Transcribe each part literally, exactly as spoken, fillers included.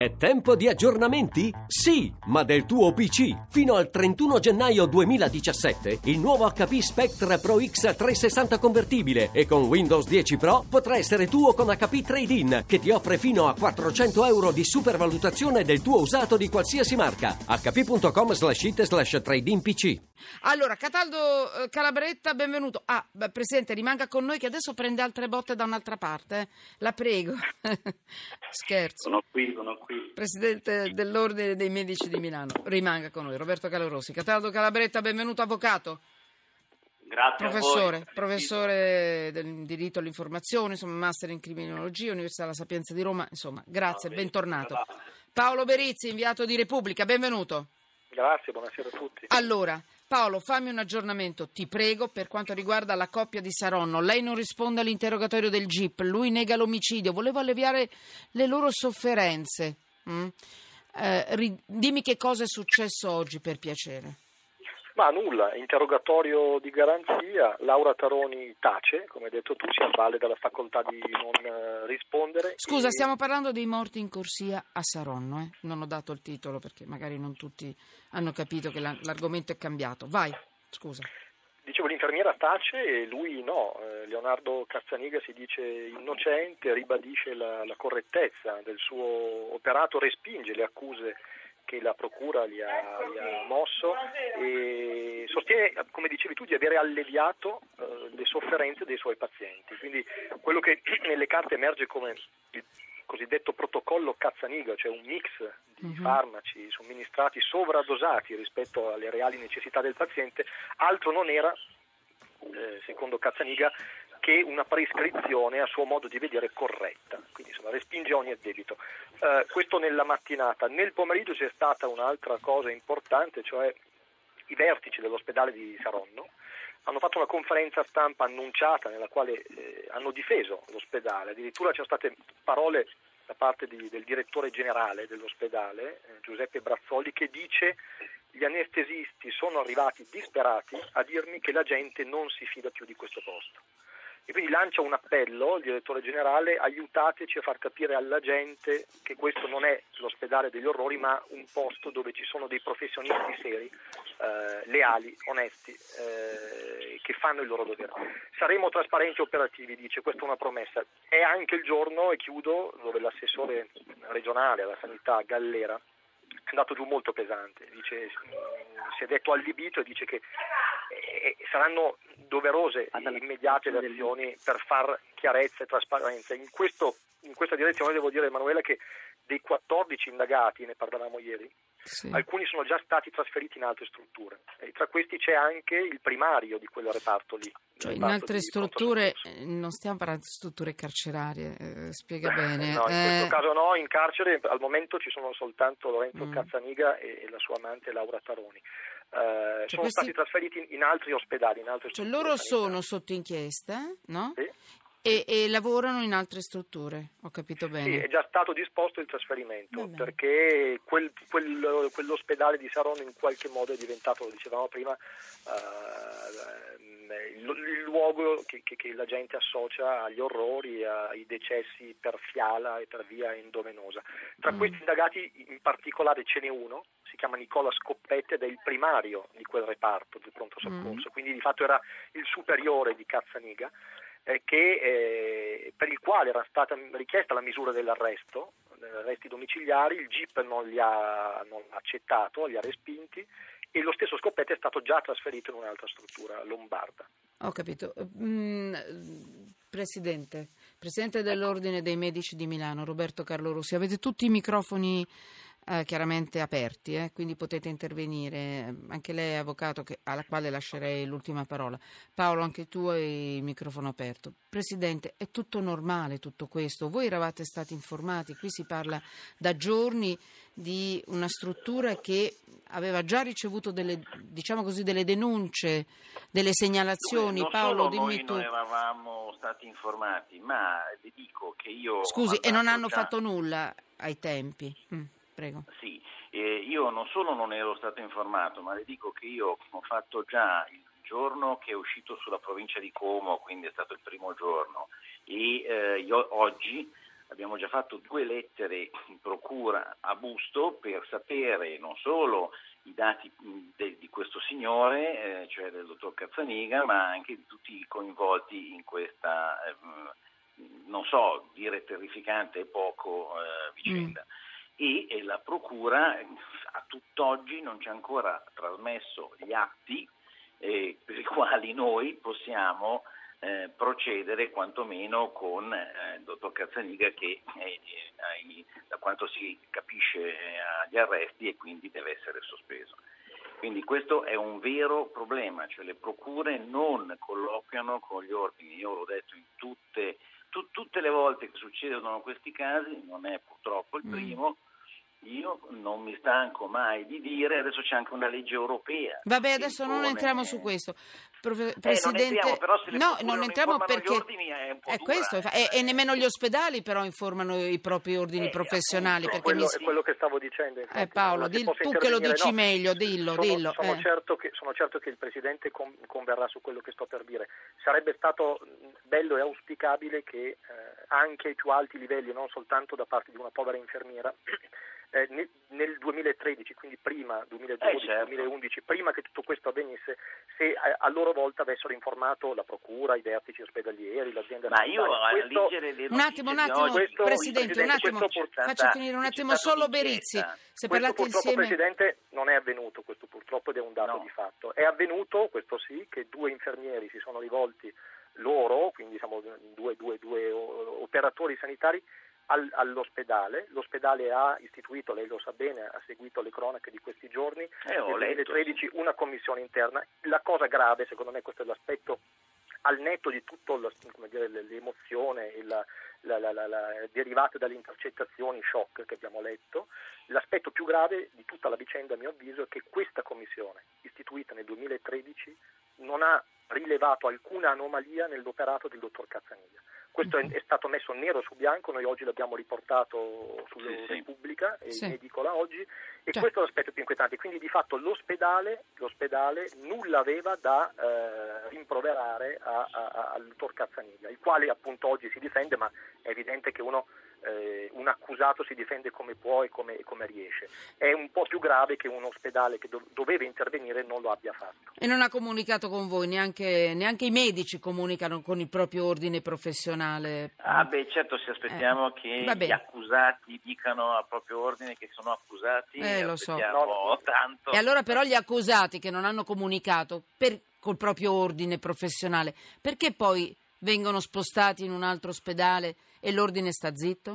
È tempo di aggiornamenti? Sì, ma del tuo P C. Fino al trentuno gennaio duemiladiciassette, il nuovo H P Spectre Pro X trecentosessanta convertibile e con Windows dieci Pro potrà essere tuo con H P Trade-in, che ti offre fino a quattrocento euro di supervalutazione del tuo usato di qualsiasi marca. hp.com slash it slash trade-in pc. Allora, Cataldo eh, Calabretta, benvenuto. Ah, beh, Presidente, rimanga con noi che adesso prende altre botte da un'altra parte. Eh. La prego. Scherzo. Sono qui, sono qui. Presidente dell'Ordine dei Medici di Milano, rimanga con noi. Roberto Calorosi. Cataldo Calabretta, benvenuto, avvocato. Grazie Professore, a voi. professore del diritto all'informazione, insomma, master in criminologia, Università La Sapienza di Roma, insomma, grazie, No, bentornato. grazie. Paolo Berizzi, inviato di Repubblica, benvenuto. Grazie, buonasera a tutti. Allora, Paolo, fammi un aggiornamento, ti prego, per quanto riguarda la coppia di Saronno. Lei non risponde all'interrogatorio del G I P, lui nega l'omicidio, volevo alleviare le loro sofferenze. Mm? Eh, ri- dimmi che cosa è successo oggi, per piacere. Ma nulla, interrogatorio di garanzia, Laura Taroni tace, come hai detto tu, si avvale dalla facoltà di non eh, rispondere. Scusa, e... stiamo parlando dei morti in corsia a Saronno, eh? Non ho dato il titolo perché magari non tutti hanno capito che la- l'argomento è cambiato. Vai, scusa. Dicevo, l'infermiera tace e lui no. Eh, Leonardo Cazzaniga si dice innocente, ribadisce la, la correttezza del suo operato, respinge le accuse che la procura gli ha, gli ha mosso e sostiene, come dicevi tu, di avere alleviato eh, le sofferenze dei suoi pazienti. Quindi quello che nelle carte emerge come il cosiddetto protocollo Cazzaniga, cioè un mix di Mm-hmm. farmaci somministrati sovradosati rispetto alle reali necessità del paziente, altro non era, eh, secondo Cazzaniga, che una prescrizione a suo modo di vedere corretta, quindi insomma respinge ogni addebito. Eh, questo nella mattinata. Nel pomeriggio c'è stata un'altra cosa importante, cioè i vertici dell'ospedale di Saronno hanno fatto una conferenza stampa annunciata nella quale eh, hanno difeso l'ospedale, addirittura ci sono state parole da parte di, del direttore generale dell'ospedale, eh, Giuseppe Brazzoli, che dice: gli anestesisti sono arrivati disperati a dirmi che la gente non si fida più di questo posto. E quindi lancia un appello, il direttore generale: aiutateci a far capire alla gente che questo non è l'ospedale degli orrori, ma un posto dove ci sono dei professionisti seri, eh, leali, onesti, eh, che fanno il loro dovere. Saremo trasparenti e operativi, dice, questa è una promessa. È anche il giorno, e chiudo, dove l'assessore regionale alla sanità Gallera è andato giù molto pesante, dice, si è detto allibito e dice che eh, saranno doverose e immediate le azioni per far chiarezza e trasparenza. In, questo, in questa direzione devo dire, Emanuele, che dei quattordici indagati, ne parlavamo ieri, Sì. alcuni sono già stati trasferiti in altre strutture e tra questi c'è anche il primario di quel reparto lì. Cioè, in reparto altre di strutture, pronto eh, non stiamo parlando di strutture carcerarie, eh, spiega bene. No, in Eh, questo caso no, in carcere al momento ci sono soltanto Lorenzo Mm. Cazzaniga e, e la sua amante Laura Taroni. Eh, sono questi- stati trasferiti in, in altri ospedali, in altre cioè, strutture loro sanitarie. sono sotto inchiesta, no? Sì. E, e lavorano in altre strutture, ho capito Sì, bene. è già stato disposto il trasferimento Va bene. perché quel, quel- quell'ospedale di Saronno in qualche modo è diventato, lo dicevamo prima, eh, il, il luogo che, che- che la gente associa agli orrori, ai decessi per fiala e per via endovenosa. Tra Mm. questi indagati in particolare ce n'è uno, si chiama Nicola Scoppetta ed è il primario di quel reparto del pronto soccorso, Mm. quindi di fatto era il superiore di Cazzaniga. Eh, che, eh, per il quale era stata richiesta la misura dell'arresto, eh, arresti domiciliari, il G I P non li ha, non ha accettato, li ha respinti e lo stesso Scoppetta è stato già trasferito in un'altra struttura lombarda. Ho capito. Mm, Presidente, Presidente dell'Ordine dei Medici di Milano, Roberto Carlo Rossi, avete tutti i microfoni eh, chiaramente aperti, eh, quindi potete intervenire. Anche lei è avvocato, che, alla quale lascerei l'ultima parola. Paolo, anche tu hai il microfono aperto. Presidente, è tutto normale tutto questo? Voi eravate stati informati? Qui si parla da giorni di una struttura che aveva già ricevuto delle, diciamo così, delle denunce, delle segnalazioni. Non Paolo, solo dimmi noi tu. non eravamo stati informati, ma le dico che io ho Scusi, e non mandato hanno già- fatto nulla ai tempi? Mm, prego. Sì, eh, io non solo non ero stato informato, ma le dico che io ho fatto già il giorno che è uscito sulla provincia di Como, quindi è stato il primo giorno, e eh, io oggi abbiamo già fatto due lettere in procura a Busto per sapere non solo i dati de, di questo signore, eh, cioè del dottor Cazzaniga, ma anche di tutti i coinvolti in questa, eh, non so, dire terrificante e poco eh, vicenda. Mm. E, e la procura a tutt'oggi non ci ha ancora trasmesso gli atti eh, per i quali noi possiamo eh, procedere quantomeno con eh, il dottor Cazzaniga che eh, eh, da quanto si capisce eh, agli arresti e quindi deve essere sospeso. Quindi questo è un vero problema, cioè le procure non colloquiano con gli ordini. Io l'ho detto in tutte, tu, tutte le volte che succedono questi casi, non è purtroppo il primo. Io non mi stanco mai di dire, adesso c'è anche una legge europea. Vabbè, adesso non entriamo su questo. Profe- eh, Presidente, non entriamo, però se le no, non non entriamo perché gli ordini è un po' è dura, questo, eh. e, e nemmeno gli ospedali però informano i propri ordini eh, professionali. appunto, perché quello, mi... è quello che stavo dicendo. Infatti, eh, Paolo, di, tu che lo dici no, meglio, dillo, sono, dillo. Sono, eh. certo che, sono certo che il Presidente con, converrà su quello che sto per dire. Sarebbe stato bello e auspicabile che eh, anche ai più alti livelli, non soltanto da parte di una povera infermiera, Eh, nel, nel duemilatredici, quindi prima duemiladodici, eh, certo. duemilaundici, prima che tutto questo avvenisse, se a, a loro volta avessero informato la procura, i vertici ospedalieri, l'azienda Ma io sanitaria. a questo, leggere le un attimo, un attimo, oggi, questo, Presidente, un attimo, questo, faccio finire un attimo solo Berizzi. Se questo parlate purtroppo, insieme... Presidente, non è avvenuto, questo purtroppo, ed è un dato No. di fatto. È avvenuto, questo sì, che due infermieri si sono rivolti loro, quindi diciamo due, due, due operatori sanitari, all'ospedale. L'ospedale ha istituito, lei lo sa bene, ha seguito le cronache di questi giorni, eh, nel duemilatredici una commissione interna. La cosa grave, secondo me, questo è l'aspetto, al netto di tutto la, come dire, l'emozione e la, la, la, la, la derivate dalle intercettazioni shock che abbiamo letto, l'aspetto più grave di tutta la vicenda, a mio avviso, è che questa commissione, istituita nel duemilatredici, non ha rilevato alcuna anomalia nell'operato del dottor Cazzaniga. Questo è, è stato messo nero su bianco, noi oggi l'abbiamo riportato sulla sì, sì. Repubblica e sì. in edicola oggi, e Cioè. questo è l'aspetto più inquietante. Quindi di fatto l'ospedale, l'ospedale nulla aveva da eh, rimproverare a, a, a, al dottor Cazzaniga, il quale appunto oggi si difende, ma è evidente che uno eh, un accusato si difende come può e come, e come riesce. È un po' più grave che un ospedale che do, doveva intervenire non lo abbia fatto. E non ha comunicato con voi, neanche, neanche i medici comunicano con il proprio ordine professionale. Ah beh, certo, se aspettiamo eh, che vabbè. gli accusati dicano al proprio ordine che sono accusati, Eh, lo so. aspettiamo No. tanto. E allora però gli accusati che non hanno comunicato per, col proprio ordine professionale, perché poi vengono spostati in un altro ospedale e l'ordine sta zitto?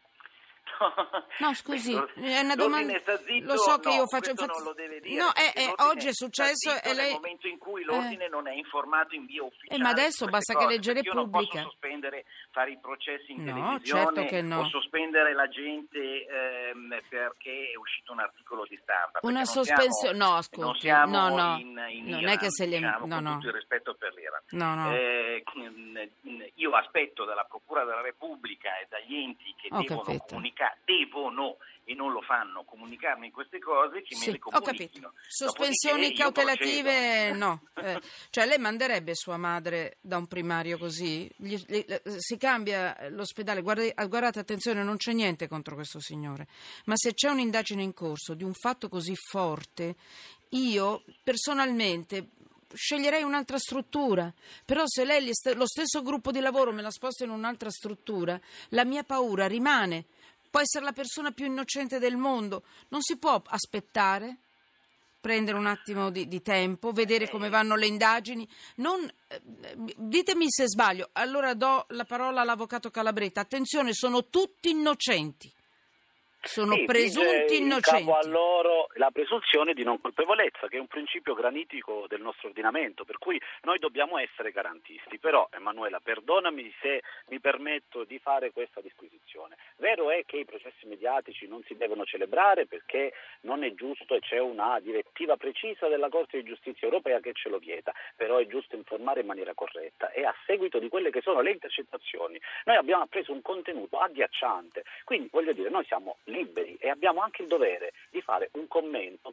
No, scusi, è una domanda. Zitto, lo so che no, io faccio. questo infatti, non lo deve dire. no, è, è, oggi è successo e lei. Nel momento in cui l'ordine eh. non è informato in via ufficiale. Eh, ma adesso basta cose, che legge Repubblica. Io non posso sospendere, fare i processi in No, televisione certo che no. o sospendere la gente ehm, perché è uscito un articolo di stampa. Una sospensione. No, Non ascolti. siamo No, no. in, in non Iran, è che se li... diciamo, no, con no. tutto il rispetto per l'Iran. No, no. Eh, io aspetto dalla Procura della Repubblica e dagli enti che Ho devono capito. comunicare, devono e non lo fanno, comunicarmi queste cose, che Sì, me le ho comunichino. capito. Sospensioni Dopodiché io cautelative procedo. no. Eh, cioè lei manderebbe sua madre da un primario così? Gli, gli, si cambia l'ospedale, guardi, guardate attenzione, non c'è niente contro questo signore, ma se c'è un'indagine in corso di un fatto così forte, io personalmente sceglierei un'altra struttura, però se lei lo stesso gruppo di lavoro me la sposta in un'altra struttura, la mia paura rimane. Può essere la persona più innocente del mondo, non si può aspettare, prendere un attimo di, di tempo, vedere come vanno le indagini. Non, eh, ditemi se sbaglio, allora do la parola all'avvocato Calabretta. Attenzione, sono tutti innocenti. Sono sì, presunti in innocenti. capo a loro la presunzione di non colpevolezza, che è un principio granitico del nostro ordinamento, per cui noi dobbiamo essere garantisti. Però, Emanuela, perdonami se mi permetto di fare questa disquisizione. Vero è che i processi mediatici non si devono celebrare perché non è giusto e c'è una direttiva precisa della Corte di Giustizia europea che ce lo vieta, però è giusto informare in maniera corretta e a seguito di quelle che sono le intercettazioni noi abbiamo appreso un contenuto agghiacciante, quindi voglio dire, noi siamo liberi e abbiamo anche il dovere di fare un commento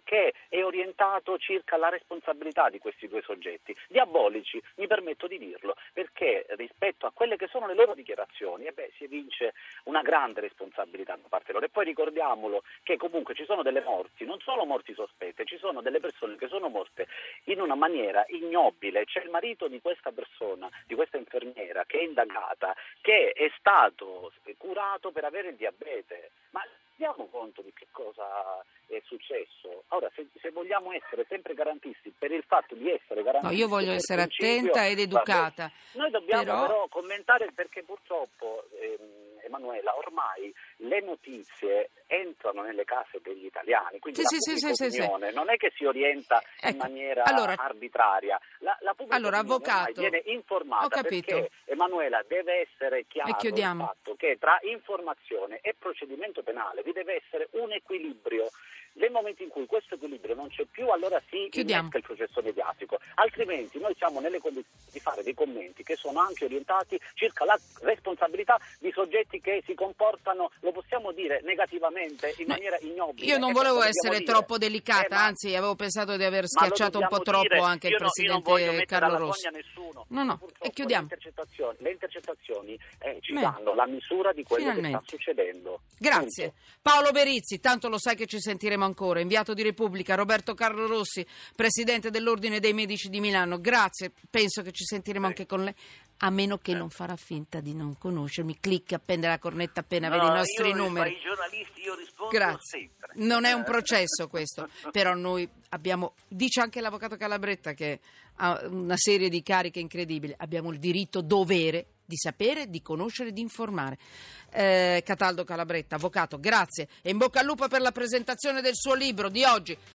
che è orientato circa la responsabilità di questi due soggetti, diabolici, mi permetto di dirlo, perché rispetto a quelle che sono le loro dichiarazioni, eh beh, si evince una grande responsabilità da parte loro. E poi ricordiamolo che comunque ci sono delle morti, non solo morti sospette, ci sono delle persone che sono morte in una maniera ignobile. C'è il marito di questa persona, di questa infermiera che è indagata, che è stato curato per avere il diabete. Ma diamo conto di che cosa è successo. Ora, se, se vogliamo essere sempre garantisti per il fatto di essere garantisti, no, io voglio essere attenta ed educata. Vabbè, noi dobbiamo però... però commentare, perché purtroppo ehm, Emanuela, ormai le notizie entrano nelle case degli italiani, quindi sì, la sì, pubblica sì, opinione sì, sì. non è che si orienta ecco, in maniera allora, arbitraria. La, la pubblica allora, opinione avvocato, viene informata, ho capito. Perché, Emanuela, deve essere chiaro il fatto che tra informazione e procedimento penale vi deve essere un equilibrio. Nel momento in cui questo equilibrio non c'è più, allora si innesca il processo mediatico, altrimenti noi siamo nelle condizioni di fare dei commenti che sono anche orientati circa la responsabilità di soggetti che si comportano, lo possiamo dire, negativamente, in maniera ignobile. Io non volevo essere dire. troppo delicata, eh, ma, anzi avevo pensato di aver schiacciato un po' troppo dire, anche il presidente Carlo Rossi. Nessuno. No, no, e chiudiamo. Le intercettazioni, le intercettazioni eh, ci Beh. danno la misura di quello Finalmente. che sta succedendo. Grazie. Punto. Paolo Berizzi, tanto lo sai che ci sentiremo ancora, inviato di Repubblica, Roberto Carlo Rossi, presidente dell'Ordine dei Medici di Milano, grazie, penso che ci sentiremo anche con lei, a meno che non farà finta di non conoscermi, clicca, appende la cornetta appena no, vede i nostri io, numeri. Ma i giornalisti io rispondo grazie. sempre. Non è un processo questo, però noi abbiamo, dice anche l'avvocato Calabretta che ha una serie di cariche incredibili, abbiamo il diritto dovere di sapere, di conoscere, di informare. Eh, Cataldo Calabretta, avvocato, grazie e in bocca al lupo per la presentazione del suo libro di oggi.